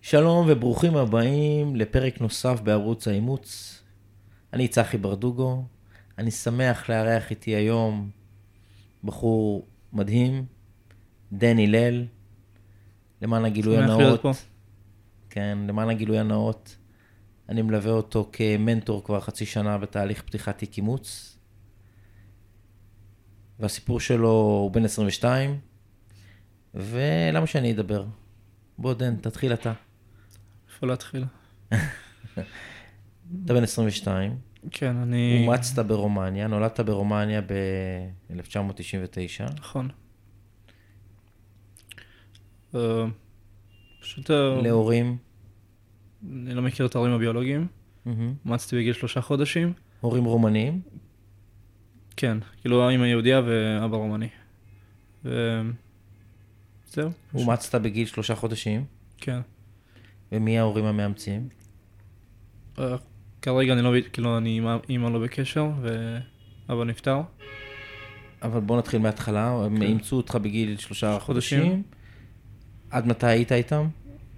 שלום וברוכים הבאים לפרק נוסף בערוץ האימוץ. אני צחי ברדוגו, אני שמח לארח איתי היום בחור מדהים, דן הלל, למען הגילוי הנאות. כן, למען הגילוי הנאות, אני מלווה אותו כמנטור כבר חצי שנה בתהליך פתיחת תיק אימוץ. והסיפור שלו הוא בן 22, ולמה שאני אדבר? בוא דן, תתחיל אתה. איפה להתחיל? אתה בן 22. כן, אני... אומצת ברומניה, נולדת ברומניה ב-1999. נכון. פשוט... להורים? אני לא מכיר את ההורים הביולוגיים. אומצתי בגיל 3 חודשים. הורים רומניים? כן, כאילו אמא יהודיה ואבא רומני. זהו. אומצת בגיל 3 חודשים? כן. ומי ההורים המאמצים? כרגע אני לא, כאילו אני עם אמא לא בקשר ואבא נפטר. אבל בוא נתחיל מההתחלה. הם אימצו אותך בגיל 3 חודשים. עד מתי היית איתם?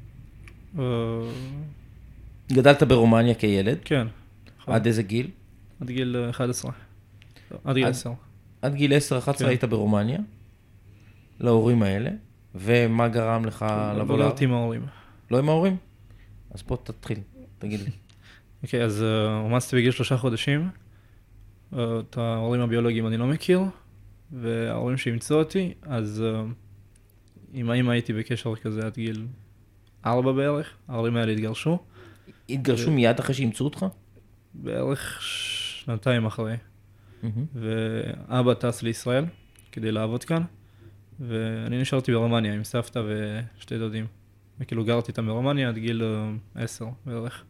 גדלת ברומניה כילד? כן. עד איזה גיל? עד גיל 11. עד גיל 10. עד גיל 10-11 היית ברומניה? להורים האלה? ומה גרם לך לבוא לא עם ההורים. לא עם ההורים? אז פה תתחיל, תגיד לי. אוקיי, אז אומצתי בגיל 3 חודשים. את ההורים הביולוגיים אני לא מכיר, וההורים שאימצו אותי, אז עם האמא הייתי בקשר כזה עד גיל 4 בערך. ההורים האלה התגרשו. התגרשו מיד אחרי שאימצו אותך? בערך 2 אחרי. ואבא טס לישראל כדי לעבוד כאן, ואני נשארתי ברומניה עם סבתא ושתי דודים. וכאילו גרתי איתם ברומניה עד גיל 10 בערך.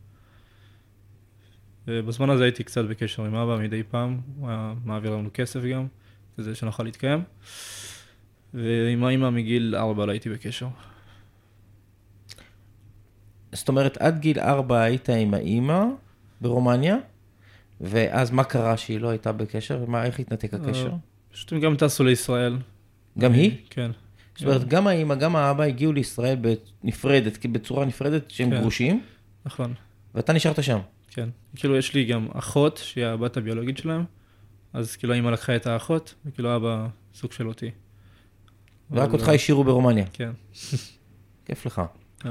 ובזמן הזה הייתי קצת בקשר עם אבא מדי פעם, הוא היה מעביר לנו כסף גם, כזה שנוכל להתקיים. ועם האמא מגיל 4 לא הייתי בקשר. זאת אומרת, עד גיל 4 היית עם האמא ברומניה, ואז מה קרה שהיא לא הייתה בקשר? איך התנתק הקשר? פשוט הם גם טסו לישראל. גם היא? כן. זאת אומרת, גם האמא, גם האבא הגיעו לישראל בצורה נפרדת שהם גרושים. נכון. ואתה נשארת שם. כן. כאילו יש לי גם אחות, שהיא הבת הביולוגית שלהם, אז כאילו האמא לקחה את האחות, וכאילו אבא סוג של אותי. ורק אותך השאירו ברומניה. כן. כיף לך.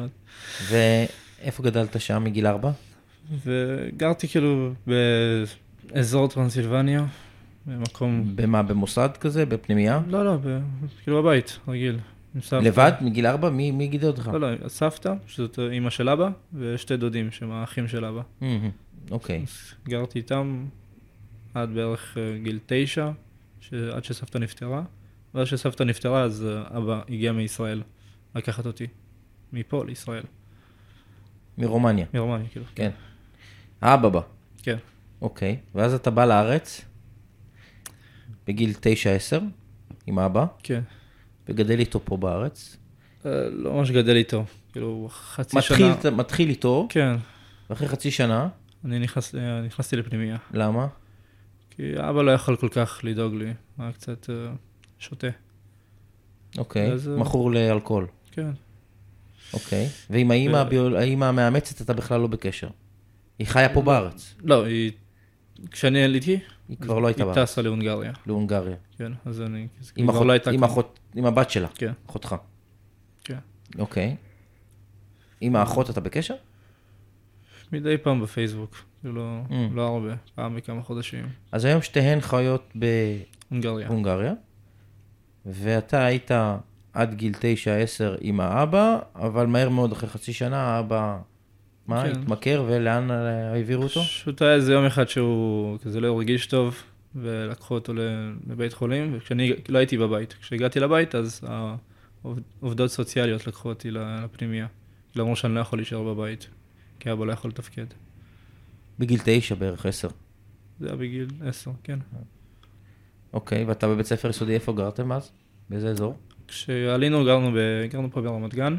ואיפה גדלת שם מגיל 4? וגרתי כאילו באזור טרנסילבניה, במקום... במה? במוסד כזה? בפנימייה? לא, כאילו בבית, רגיל. לבד? מגיל 4? מי גידל אותך? לא, סבתא, שזאת אמא של אבא, ושתי דודים שהם האחים של אבא. אוקיי. גרתי איתם עד בערך גיל 9, עד שסבתא נפטרה. ואז שסבתא נפטרה, אז אבא הגיע מישראל, לקחת אותי מפה לישראל. מרומניה? מרומניה, כאילו. כן. האבא בא? כן. אוקיי. ואז אתה בא לארץ בגיל 9-10 עם אבא? כן. וגדל איתו פה בארץ? לא ממש גדל איתו, כאילו חצי שנה. מתחיל איתו? כן. ואחרי חצי שנה? אני נכנסתי לפנימיה. למה? כי אבא לא יכול כל כך לדאוג לי, היה קצת שותה. אוקיי, מכור לאלכוהול. כן. אוקיי, ועם האמא המאמצת אתה בכלל לא בקשר? היא חיה פה בארץ? לא, כשאני עליתי, היא כבר לא הייתה בארץ. היא טסה להונגריה. להונגריה. כן, אז אני... עם הבת שלה? כן. אחותך? כן. אוקיי. עם האחות אתה בקשר? מדי פעם בפייסבוק, לא הרבה, פעם בכמה חודשים. אז היום שתיהן חיות בהונגריה, ואתה היית עד גיל 9-10 עם האבא, אבל מהר מאוד אחרי חצי שנה האבא התמכר ולאן העבירו אותו? פשוט היה איזה יום אחד שהוא כזה לא הרגיש טוב, ולקחו אותו לבית חולים, וכשאני לא הייתי בבית. כשהגעתי לבית, אז העובדות סוציאליות לקחו אותי לפנימיה. למרות שאני לא יכול להישאר בבית, כי אבא לא יכול לתפקד. בגיל 9 בערך 10? זה היה בגיל 10, כן. אוקיי, ואתה בבית ספר יסודי, איפה גרתם אז? באיזה אזור? כשעלינו גרנו פה ברמת גן,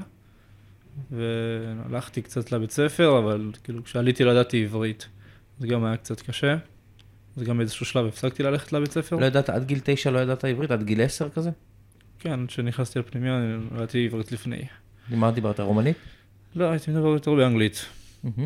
והלכתי קצת לבית ספר, אבל כאילו כשעליתי לא ידעתי עברית. זה גם היה קצת קשה. אז גם באיזשהו שלב הפסקתי ללכת לבית ספר. לא ידעת, עד גיל 9 לא ידעת עברית? עד גיל 10 כזה? כן, כשנכנסתי לפנימיה, אני לא ידעתי עברית לפני. מה דיברת, רומנית? לא, הייתי מדבר יותר באנגלית. מהמם.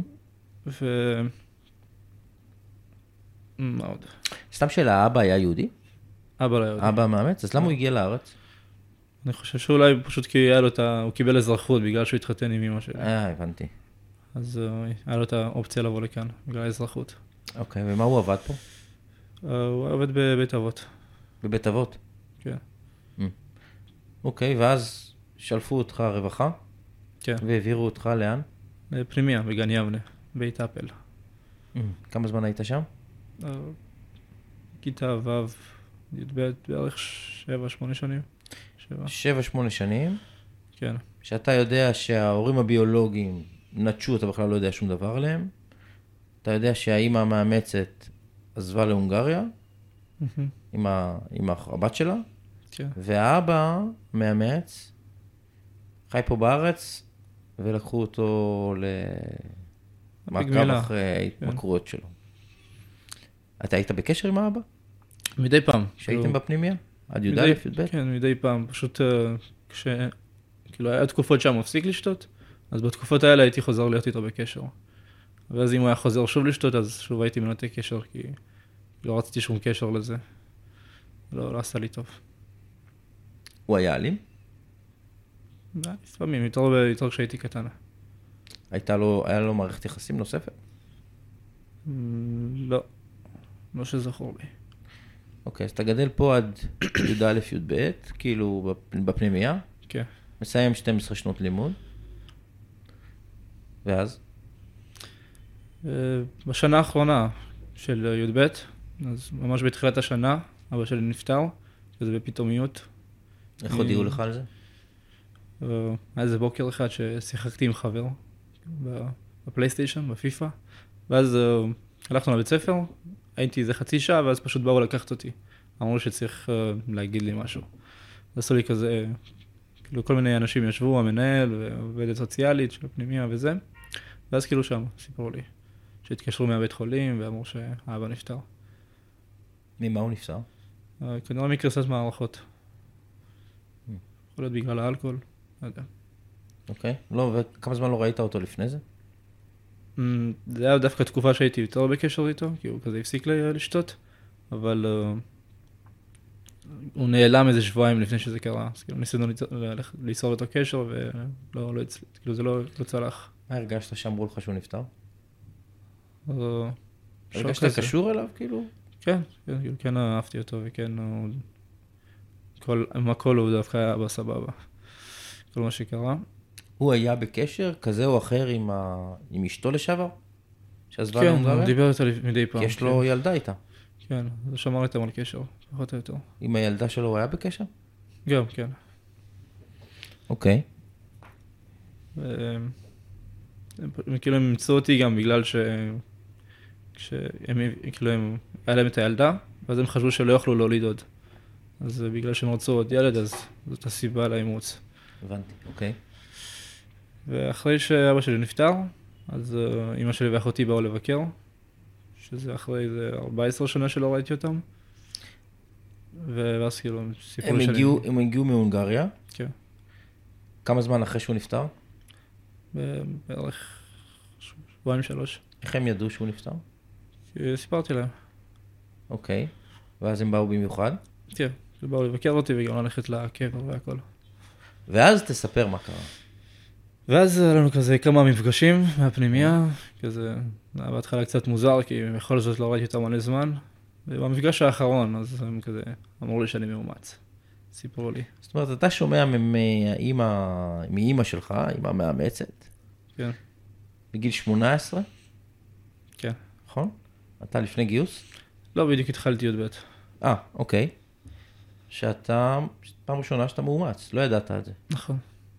מה עוד? סתם שאלה, האבא היה יהודי? אבא לא יהודי. אבא מאמץ? אז למה הוא הגיע לארץ? אני חושב שאולי פשוט כי היה לו הוא קיבל אזרחות בגלל שהוא התחתן עם אמא שלי. הבנתי. אז היה לו את האופציה לבוא לכאן, בגלל האזרחות. אוקיי, ומה הוא עבד פה? הוא עובד בבית אבות. בבית אבות? כן. אוקיי, ואז שלפו אותך רווחה? כן. והעבירו אותך לאן? פנימיה, בגן יבנה, בית אפל. כמה זמן היית שם? כיתה ו', י"ב, בערך 7-8 שנים. 7-8 שנים. כן. שאתה יודע שההורים הביולוגיים נטשו, אתה בכלל לא יודע שום דבר עליהם. אתה יודע שהאימא המאמצת עזבה להונגריה, עם הבת שלה, כן. והאבא מאמץ, חי פה בארץ, ולקחו אותו למעקב אחרי ההתמכרויות שלו. אתה היית בקשר עם האבא? מדי פעם. שהייתם בפנימיה? עד י"א, י"ב? כן, מדי פעם. פשוט כאילו היה תקופות שם מפסיק לשתות, אז בתקופות האלה הייתי חוזר להיות איתו בקשר. ואז אם הוא היה חוזר שוב לשתות, אז שוב הייתי מנתק קשר, כי לא רציתי שום קשר לזה. לא עשה לי טוב. הוא היה אלים? לפעמים, יותר כשהייתי קטן. היה לו מערכת יחסים נוספת? לא. לא שזכור לי. אוקיי, אז אתה גדל פה עד י"א, י"ב, כאילו בפנימייה? כן. מסיים 12 שנות לימוד. ואז? בשנה האחרונה של י"ב, אז ממש בתחילת השנה, אבא שלי נפטר, וזה בפתאומיות. איך הודיעו לך על זה? היה איזה בוקר אחד ששיחקתי עם חבר בפלייסטיישן, בפיפה, ואז הלכנו לבית ספר, הייתי איזה חצי שעה, ואז פשוט באו לקחת אותי. אמרו שצריך להגיד לי משהו. עשו לי כזה, כאילו כל מיני אנשים ישבו, המנהל ועובדת סוציאלית של הפנימיה וזה, ואז כאילו שם סיפרו לי, שהתקשרו מהבית חולים ואמרו שהאבא נפטר. ממה הוא נפטר? כנראה מקריסת מערכות. יכול להיות בגלל האלכוהול, לא יודע. אוקיי. לא, וכמה זמן לא ראית אותו לפני זה? זה היה דווקא תקופה שהייתי יותר בקשר איתו, כי הוא כזה הפסיק לשתות, אבל הוא נעלם איזה שבועיים לפני שזה קרה, אז כאילו ניסינו ליצור אותו קשר, ולא הצליח, כאילו זה לא צלח. מה הרגשת שאמרו לך שהוא נפטר? שוק הרגשת כזה. קשור אליו, כאילו? כן, כן אהבתי אותו, וכן, עם הכל הוא דווקא היה בסבבה, כל מה שקרה. הוא היה בקשר כזה או אחר עם אשתו לשעבר? שעזבה כן, להונגריה? הוא דיבר איתה מדי פעם. כי יש לו ילדה איתה. כן, זה שמר איתם על קשר, פחות או יותר. עם הילדה שלו הוא היה בקשר? גם, כן. אוקיי. הם כאילו הם ימצאו אותי גם בגלל כאילו היה להם את הילדה, ואז הם חשבו שלא יוכלו להוליד עוד. אז בגלל שהם רצו עוד ילד, אז זאת הסיבה לאימוץ. הבנתי, אוקיי. ואחרי שאבא שלי נפטר, אז אמא שלי ואחותי באו לבקר, שזה אחרי איזה 14 שנה שלא ראיתי אותם. ואז כאילו הם סיפרו הם הגיעו מהונגריה? כן. כמה זמן אחרי שהוא נפטר? בערך 2-3. איך הם ידעו שהוא נפטר? סיפרתי להם. אוקיי. ואז הם באו במיוחד? כן, הם באו לבקר אותי וגם ללכת לקבר והכל. ואז תספר מה קרה. ואז היה לנו כזה כמה מפגשים מהפנימיה, כזה, היה בהתחלה קצת מוזר, כי בכל זאת לא ראיתי אותם מלא זמן. ובמפגש האחרון, אז הם כזה, אמרו לי שאני מאומץ. סיפרו לי. זאת אומרת, אתה שומע מאמא שלך, אמא מאמצת, כן. בגיל 18, כן. נכון? אתה לפני גיוס? לא, בדיוק התחלתי י"ב. אוקיי. שאתה, פעם ראשונה שאתה מאומץ, לא ידעת את זה. נכון.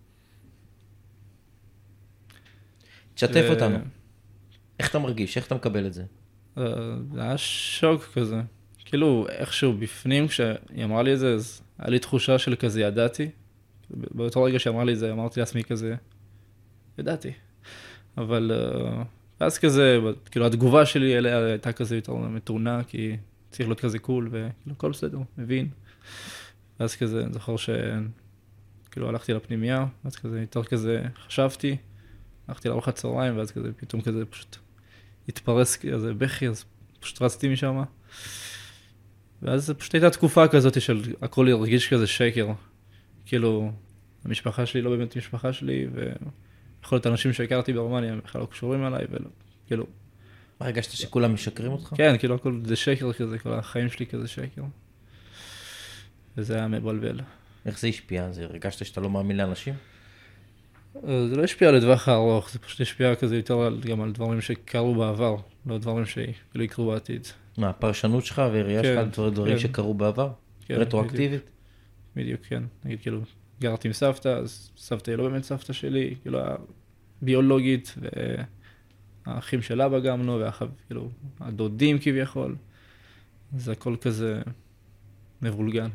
תשתף אותנו. איך אתה מרגיש? איך אתה מקבל את זה? זה היה שוק כזה. כאילו, איכשהו בפנים, כשהיא אמרה לי את זה, אז היה לי תחושה של כזה ידעתי. באותו רגע שאמרה לי את זה, אמרתי לעצמי כזה, ידעתי. אבל אז כזה, כאילו, התגובה שלי אליה הייתה כזה יותר מתונה, כי צריך להיות כזה קול, וכאילו, הכל בסדר, מבין. ואז כזה, אני זוכר שכאילו, הלכתי לפנימיה, אז כזה, יותר כזה, חשבתי, הלכתי לארוחת צהריים, ואז כזה, פתאום כזה פשוט התפרס כזה בכי, אז פשוט רצתי משם. ואז פשוט הייתה תקופה כזאת של הכל הרגיש כזה שקר. כאילו, המשפחה שלי לא באמת משפחה שלי, ויכול להיות אנשים שהכרתי ברומניה, הם בכלל לא קשורים אליי, וכאילו... מה, הרגשת שכולם משקרים אותך? כן, כאילו הכל זה שקר כזה, כל החיים שלי כזה שקר. וזה היה מבלבל. איך זה השפיע? זה הרגשת שאתה לא מאמין לאנשים? זה לא השפיע על הטווח הארוך, זה פשוט השפיע כזה יותר גם על דברים שקרו בעבר, לא דברים שכאילו יקרו בעתיד. מה, הפרשנות שלך והראייה שלך על דברים שקרו בעבר? רטרואקטיבית? בדיוק, כן. נגיד כאילו, גרתי עם סבתא, אז סבתא היא לא באמת סבתא שלי, כאילו ביולוגית, והאחים של אבא גם לא, וכאילו הדודים כביכול. זה הכל כזה מבולגן.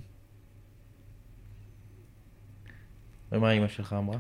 ומה אמא שלך אמרה?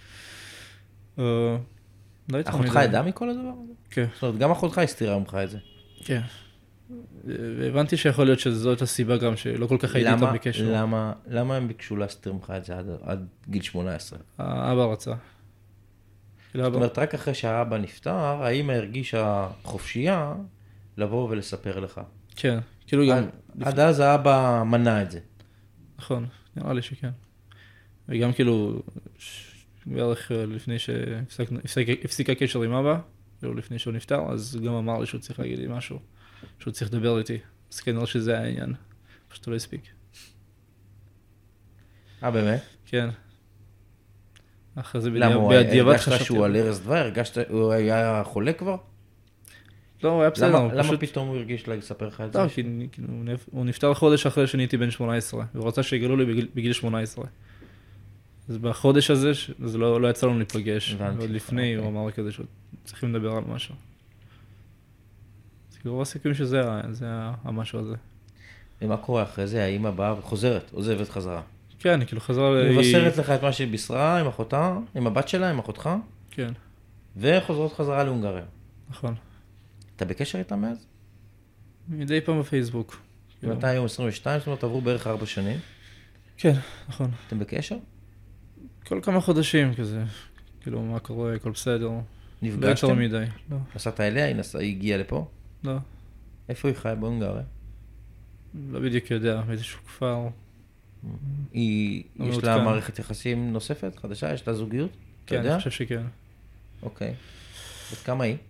לא יותר אחותך ידעה מכל הדבר הזה? כן. זאת אומרת, גם אחותך הסתירה ממך את זה. כן. והבנתי שיכול להיות שזאת הסיבה גם שלא כל כך הייתי איתם בקשר. למה הם ביקשו להסתיר ממך את זה עד גיל 18? האבא רצה. זאת אומרת, רק אחרי שהאבא נפטר, האמא הרגישה חופשייה לבוא ולספר לך. כן, כאילו גם... עד אז האבא מנע את זה. נכון, נראה לי שכן. וגם כאילו, בערך לפני שהפסיק הקשר עם אבא, כאילו לפני שהוא נפטר, אז הוא גם אמר לי שהוא צריך להגיד לי משהו, שהוא צריך לדבר איתי. אז כנראה שזה היה העניין, פשוט לא הספיק. באמת? כן. אחרי זה למה? הרגשת שהוא על ערש דווי? הוא היה חולה כבר? לא, הוא היה בסדר. למה פתאום הוא הרגיש לספר לך את זה? לא, כי הוא נפטר חודש אחרי שאני הייתי בן 18, והוא רצה שיגלו לי בגיל 18. אז בחודש הזה, זה לא יצא לנו להיפגש. ועוד לפני הוא אמר כזה שצריכים לדבר על משהו. אז כאילו הסיכויים שזה המשהו הזה. ומה קורה אחרי זה? האמא באה וחוזרת, עוזבת חזרה. כן, כאילו חזרה... היא מבשרת לך את מה שהיא בישרה עם אחותה, עם הבת שלה, עם אחותך. כן. וחוזרות חזרה להונגריה. נכון. אתה בקשר איתה מאז? מדי פעם בפייסבוק. ואתה היום 22, זאת אומרת, עברו בערך 4 שנים. כן, נכון. אתם בקשר? כל כמה חודשים כזה. כאילו, מה קורה, הכל בסדר. נפגשתם? לא יותר מדי. לא. נסעת אליה? היא הגיעה לפה? לא. איפה היא חיה בהונגריה? לא בדיוק יודע, באיזשהו כפר. יש לה מערכת יחסים נוספת, חדשה? יש לה זוגיות? כן, אני חושב שכן. אוקיי. בת כמה היא?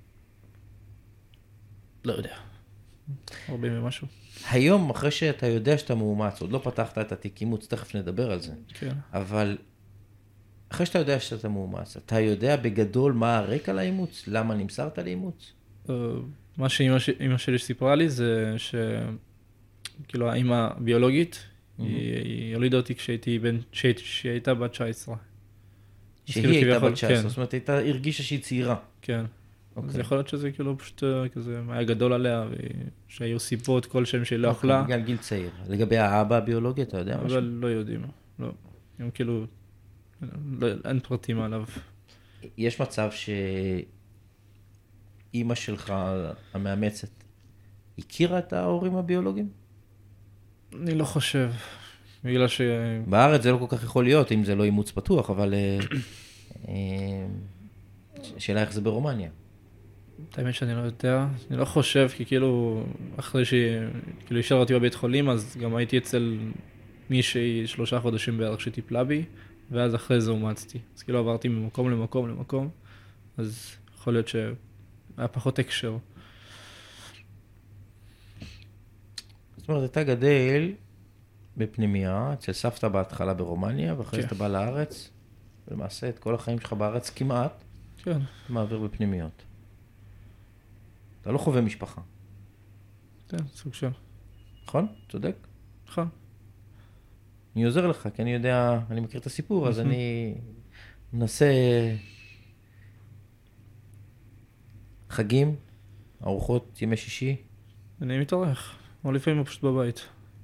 לא יודע. 40 ומשהו. היום, אחרי שאתה יודע שאתה מאומץ, עוד לא פתחת את התיק אימוץ, תכף נדבר על זה. כן. אבל אחרי שאתה יודע שאתה מאומץ, אתה יודע בגדול מה הרקע לאימוץ? למה נמסרת לאימוץ? מה שאמא שלי סיפרה לי זה כאילו האמא ביולוגית, היא הולידה אותי כשהיא הייתה בת 19. שהיא הייתה בת 19, זאת אומרת, היא הרגישה שהיא צעירה. כן. אז יכול להיות שזה כאילו פשוט כזה, היה גדול עליה, שהיו סיבות כלשהם שהיא לא אכלה. בגלל גיל צעיר. לגבי האבא הביולוגי, אתה יודע משהו? אבל לא יודעים, לא. הם כאילו, אין פרטים עליו. יש מצב שאימא שלך, המאמצת, הכירה את ההורים הביולוגיים? אני לא חושב. בגלל בארץ זה לא כל כך יכול להיות, אם זה לא אימוץ פתוח, אבל שאלה איך זה ברומניה. האמת שאני לא יודע, אני לא חושב, כי כאילו, אחרי שהיא השאירה אותי בבית חולים, אז גם הייתי אצל מישהי 3 חודשים בערך שטיפלה בי, ואז אחרי זה אומצתי. אז כאילו עברתי ממקום למקום, אז יכול להיות שהיה פחות הקשר. זאת אומרת, אתה גדל בפנימיה, אצל סבתא בהתחלה ברומניה, ואחרי זה אתה בא לארץ, ולמעשה את כל החיים שלך בארץ כמעט, כן. אתה מעביר בפנימיות. אתה לא חווה משפחה. כן, סוג של. נכון? צודק? נכון. אני עוזר לך, כי אני יודע, אני מכיר את הסיפור, אז אני מנסה חגים, ארוחות, ימי שישי. אני מתארח, או לפעמים פשוט בבית.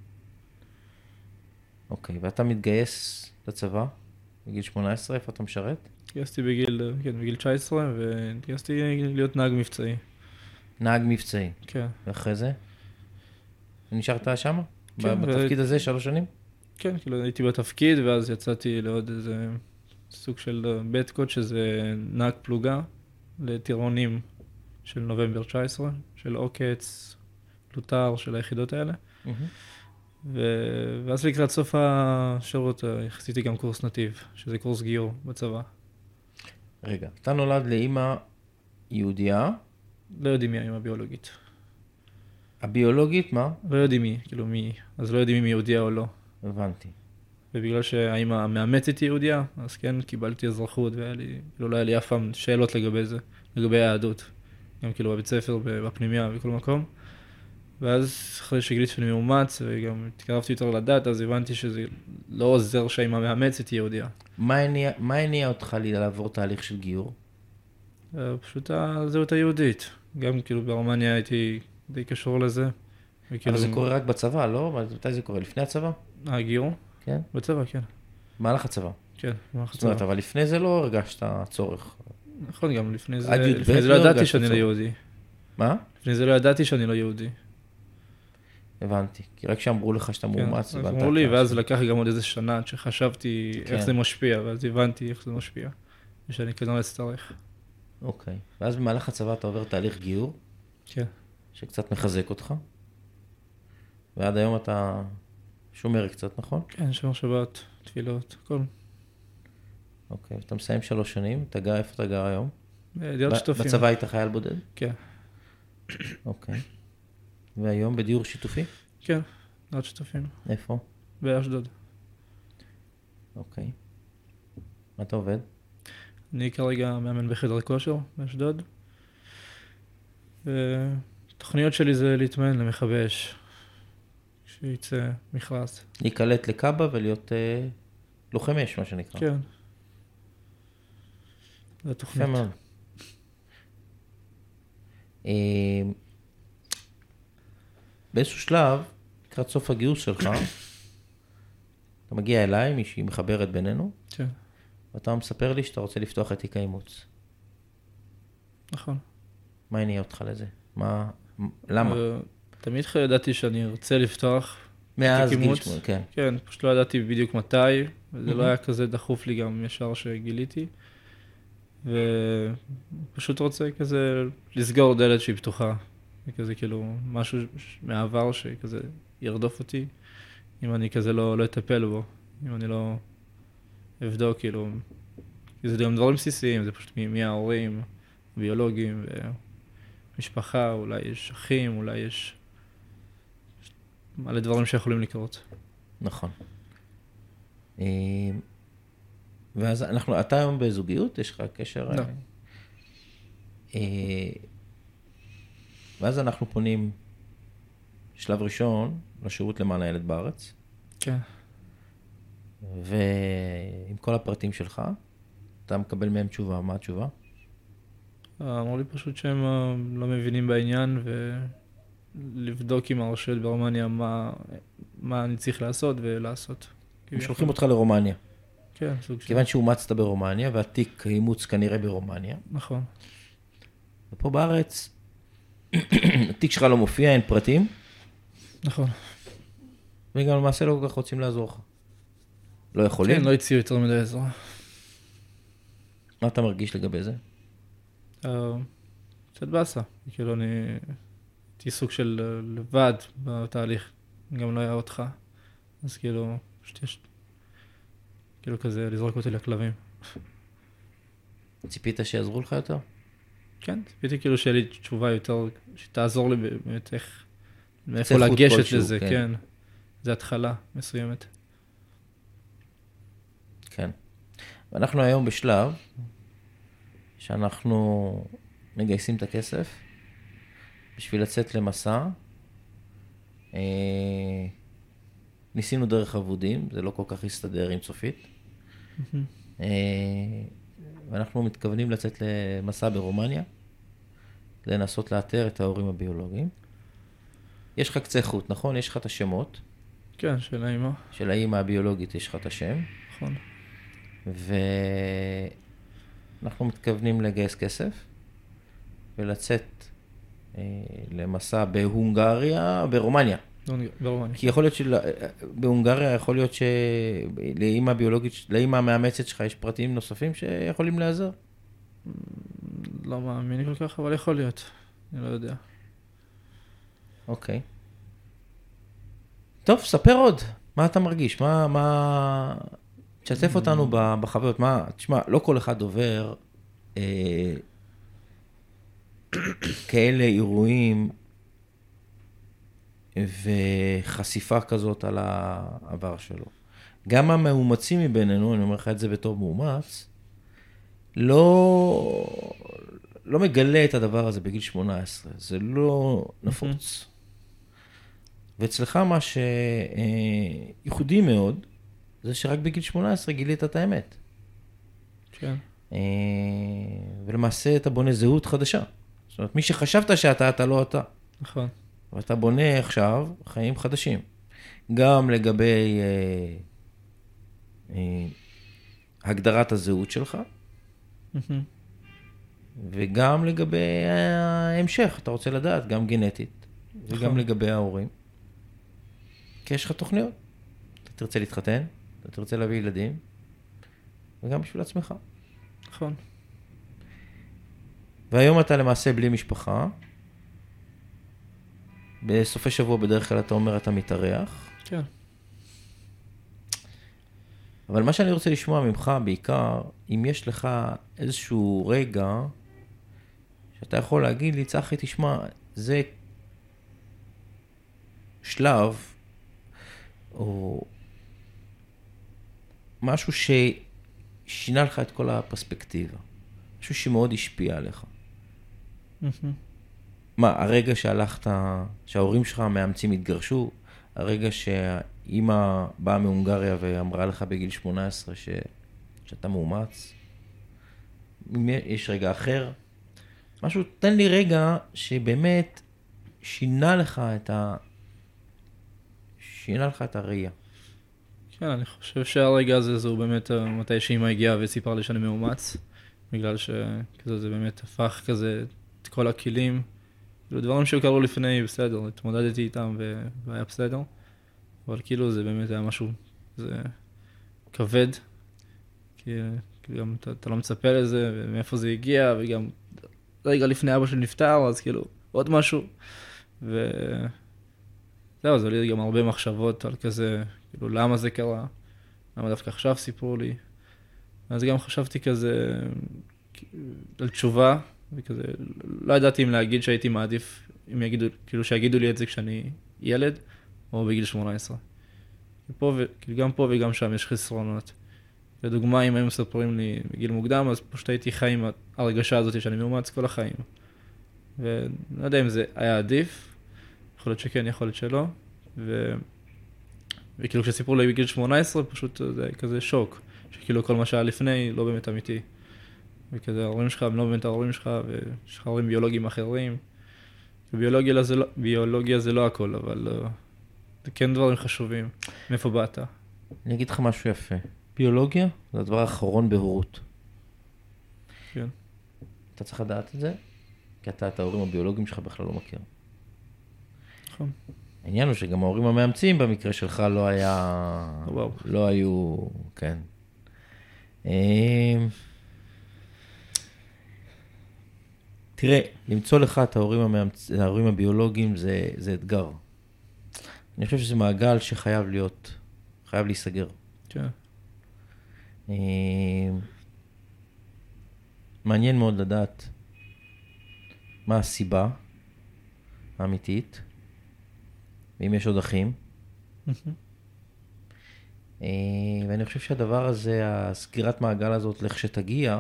אוקיי, ואתה מתגייס לצבא בגיל 18, איפה אתה משרת? התגייסתי בגיל 19, והתגייסתי להיות נהג מבצעי. נהג מבצעי. כן. ואחרי זה? נשארת שם? כן. בתפקיד הזה 3 שנים? כן, כאילו הייתי בתפקיד, ואז יצאתי לעוד איזה סוג של בית קוד שזה נהג פלוגה לטירונים של נובמבר 19, של עוקץ, פלוטר, של היחידות האלה. ואז לקראת סוף השירות עשיתי גם קורס נתיב, שזה קורס גיור בצבא. רגע, אתה נולד לאמא יהודייה? לא יודעים מי האמא ביולוגית. הביולוגית, מה? לא יודעים מי, כאילו מי, אז לא יודעים אם היא יהודייה או לא. הבנתי. ובגלל שהאמא המאמצת היא יהודייה, אז כן, קיבלתי אזרחות, כאילו לא היה לי אף פעם שאלות לגבי זה, לגבי היהדות. גם כאילו בבית ספר, בפנימיה, בכל מקום. ואז אחרי שגיליתי שאני מאומץ, וגם התקרבתי יותר לדת, אז הבנתי שזה לא עוזר שהאמא המאמצת היא יהודייה. מה הניע אותך לי לעבור תהליך של גיור? פשוט הזהות היהודית. גם כאילו ברומניה הייתי די קשור לזה. אבל זה קורה רק בצבא, לא? מתי זה קורה? לפני הצבא? הגיור? כן. בצבא, כן. מהלך הצבא? כן, מהלך זאת אומרת, הצבא. אבל לפני זה לא הרגשת צורך. נכון, גם לפני זה, עד י"ב לפני זה לא לא ידעתי הרגשת שאני לא צורך. יהודי. מה? לפני זה לא ידעתי שאני לא יהודי. הבנתי. כי רק שאמרו לך שאתה מאומץ, כן, הבנת. אמרו לי, ואז לקח גם עוד איזה שנה עד שחשבתי כן. איך זה משפיע, ואז הבנתי איך זה משפיע. ושאני כנראה אצטרך. אוקיי. ואז במהלך הצבא אתה עובר תהליך גיור, כן. שקצת מחזק אותך, ועד היום אתה שומר קצת, נכון? כן, שומר שבת, תפילות, הכל. אוקיי. ואתה מסיים 3 שנים, איפה אתה גר היום? דירות שיתופים. בצבא היית חייל בודד? כן. אוקיי. והיום בדיור שיתופי? כן, דירות שיתופים. איפה? באשדוד. אוקיי. מה אתה עובד? אני כרגע מאמן בחדר כושר באשדוד. התוכניות שלי זה להתמיין למכבי אש, כשיצא מכרז. להיקלט לקאבה ולהיות לוחם אש, מה שנקרא. כן. זה התוכנית. יפה מאוד. באיזשהו שלב, לקראת סוף הגיוס שלך, אתה מגיע אליי, מישהי מחברת בינינו, כן, ואתה מספר לי שאתה רוצה לפתוח את תיק האימוץ. נכון. מה הניע אותך לזה? למה? תמיד ידעתי שאני ארצה לפתוח מאז תיק גיל אימוץ. 8, כן. כן, פשוט לא ידעתי בדיוק מתי, וזה לא היה כזה דחוף לי גם ישר שגיליתי. ופשוט רוצה כזה לסגור דלת שהיא פתוחה. כזה כאילו משהו מהעבר שכזה ירדוף אותי, אם אני כזה לא אטפל בו, אם אני לא אבדוק, כאילו, כי זה גם דברים בסיסיים, זה פשוט מי ההורים, ביולוגים, ומשפחה, אולי יש אחים, אולי יש מלא דברים שיכולים לקרות. נכון. ואז אתה היום בזוגיות? יש לך קשר? לא. ואז אנחנו פונים, שלב ראשון, לשירות למען הילד בארץ. כן. ועם כל הפרטים שלך, אתה מקבל מהם תשובה. מה התשובה? אמרו לי פשוט שהם לא מבינים בעניין, ולבדוק עם הרשויות ברומניה מה אני צריך לעשות ולעשות. הם שולחים אותך לרומניה. כן, סוג של... כיוון שאומצת ברומניה, והתיק האימוץ כנראה ברומניה. נכון. ופה בארץ, התיק שלך לא מופיע, אין פרטים, נכון. וגם למעשה לא כל כך רוצים לעזור לך. לא יכולים? כן, לא הציעו יותר מדי עזרה. מה אתה מרגיש לגבי זה? קצת באסה. כאילו אני הייתי סוג של לבד בתהליך, גם לא היה אותך. אז כאילו, פשוט יש... כאילו כזה, לזרוק אותי לכלבים. ציפית שיעזרו לך יותר? כן, ציפיתי כאילו שיהיה לי תשובה יותר, שתעזור לי באמת איך, מאיפה חוט לגשת כלשהו, לזה, כן. כן. זה התחלה מסוימת. כן. ואנחנו היום בשלב שאנחנו מגייסים את הכסף בשביל לצאת למסע. ניסינו דרך עבודים, זה לא כל כך הסתדר עם צופית. ואנחנו מתכוונים לצאת למסע ברומניה, כדי לנסות לאתר את ההורים הביולוגיים. יש לך קצה חוט, נכון? יש לך את השמות. כן, של האמא. של האמא הביולוגית יש לך את השם. נכון. ואנחנו מתכוונים לגייס כסף, ולצאת למסע ברומניה. ברומניה. כי יכול להיות שבהונגריה יכול להיות שלאמא הביולוגית, לאמא המאמצת שלך יש פרטים נוספים שיכולים לעזר? לא מאמין כל כך, אבל יכול להיות. אני לא יודע. אוקיי. טוב, ספר עוד. מה אתה מרגיש? תשתף אותנו בחוויות. תשמע, לא כל אחד עובר כאלה אירועים וחשיפה כזאת על העבר שלו. גם המאומצים מבינינו, אני אומר לך את זה בתור מאומץ, לא מגלה את הדבר הזה בגיל 18. זה לא נפוץ. ואצלך מה שייחודי מאוד, זה שרק בגיל 18 גילית את האמת. כן. ולמעשה אתה בונה זהות חדשה. זאת אומרת, מי שחשבת שאתה, אתה לא אתה. נכון. ואתה בונה עכשיו חיים חדשים. גם לגבי הגדרת הזהות שלך, וגם לגבי ההמשך, אתה רוצה לדעת, גם גנטית, וגם לגבי ההורים. כי יש לך תוכניות. אתה תרצה להתחתן, אתה תרצה להביא ילדים, וגם בשביל עצמך. נכון. והיום אתה למעשה בלי משפחה. בסופי שבוע בדרך כלל אתה אומר אתה מתארח. כן. אבל מה שאני רוצה לשמוע ממך בעיקר, אם יש לך איזשהו רגע שאתה יכול להגיד לי, צחי, תשמע, זה שלב או משהו ששינה לך את כל הפרספקטיבה. משהו שמאוד השפיע עליך. מה, הרגע שהלכת, שההורים שלך המאמצים התגרשו, הרגע שהאימא באה מהונגריה ואמרה לך בגיל 18 שאתה מאומץ, יש רגע אחר, משהו, תן לי רגע שבאמת שינה לך את הראייה. כן, אני חושב שהרגע הזה זהו באמת מתי שאמא הגיעה וסיפר לי שאני מאומץ, בגלל שזה באמת הפך כזה את כל הכלים, כאילו דברים שקרו לפני בסדר, התמודדתי איתם והיה בסדר, אבל כאילו זה באמת היה משהו, זה כבד, כי גם אתה לא מצפה לזה, ומאיפה זה הגיע, וגם רגע לפני אבא שלי נפטר, אז כאילו עוד משהו, וזהו, זה עולה גם הרבה מחשבות על כזה, כאילו למה זה קרה, למה דווקא עכשיו סיפרו לי, אז גם חשבתי כזה על תשובה, וכזה, לא ידעתי אם להגיד שהייתי מעדיף, אם יגידו, כאילו שיגידו לי את זה כשאני ילד, או בגיל 18. גם פה וגם שם יש חסרונות. לדוגמה, אם היו מספרים לי בגיל מוקדם, אז פשוט הייתי חי עם הרגשה הזאת שאני מאומץ כל החיים. ולא יודע אם זה היה עדיף, יכול להיות שכן, יכול להיות שלא. וכאילו כשסיפרו לי בגיל 18, פשוט זה כזה שוק. שכאילו כל מה שהיה לפני לא באמת אמיתי. וכזה ההורים שלך הם לא באמת ההורים שלך, ויש לך הורים ביולוגיים אחרים. ביולוגיה זה לא הכל, אבל זה כן דברים חשובים. מאיפה באת? אני אגיד לך משהו יפה. ביולוגיה זה הדבר האחרון בהורות. כן. אתה צריך לדעת את זה, כי אתה את ההורים הביולוגיים שלך בכלל לא מכיר. נכון. העניין הוא שגם ההורים המאמצים במקרה שלך לא היה... וואו. לא היו... כן. תראה, למצוא לך את ההורים הביולוגיים זה אתגר. אני חושב שזה מעגל שחייב להיסגר. כן. מעניין מאוד לדעת מה הסיבה האמיתית, ואם יש עוד אחים. ואני חושב שהדבר הזה, הסגירת מעגל הזאת, לכשתגיע,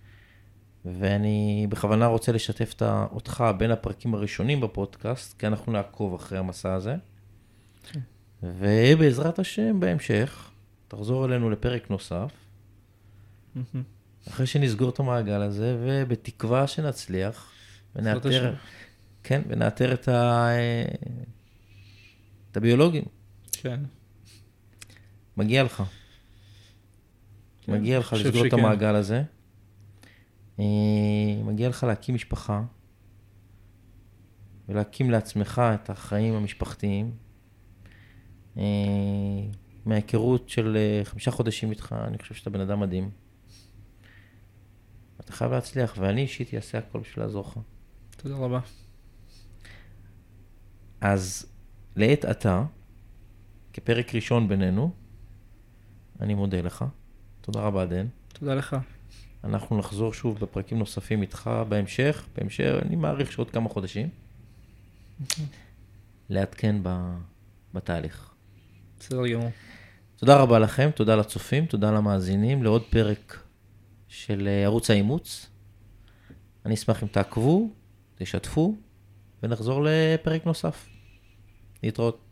ואני בכוונה רוצה לשתף אותך בין הפרקים הראשונים בפודקאסט, כי אנחנו נעקוב אחרי המסע הזה. ובעזרת השם בהמשך, תחזור אלינו לפרק נוסף, אחרי שנסגור את המעגל הזה, ובתקווה שנצליח, ונאתר את הביולוגים. כן. מגיע לך. מגיע לך לסגור את המעגל הזה. מגיע לך להקים משפחה, ולהקים לעצמך את החיים המשפחתיים, מההיכרות של 5 חודשים איתך, אני חושב שאתה בן אדם מדהים. אתה חייב להצליח, ואני אישית אעשה הכל בשביל לעזור לך. תודה רבה. אז לעת עתה, כפרק ראשון בינינו, אני מודה לך. תודה רבה, דן. תודה לך. אנחנו נחזור שוב בפרקים נוספים איתך בהמשך, אני מעריך שעוד כמה חודשים, לעדכן בתהליך. בסדר גמור. תודה רבה לכם, תודה לצופים, תודה למאזינים, לעוד פרק של ערוץ האימוץ. אני אשמח אם תעקבו, תשתפו, ונחזור לפרק נוסף. להתראות.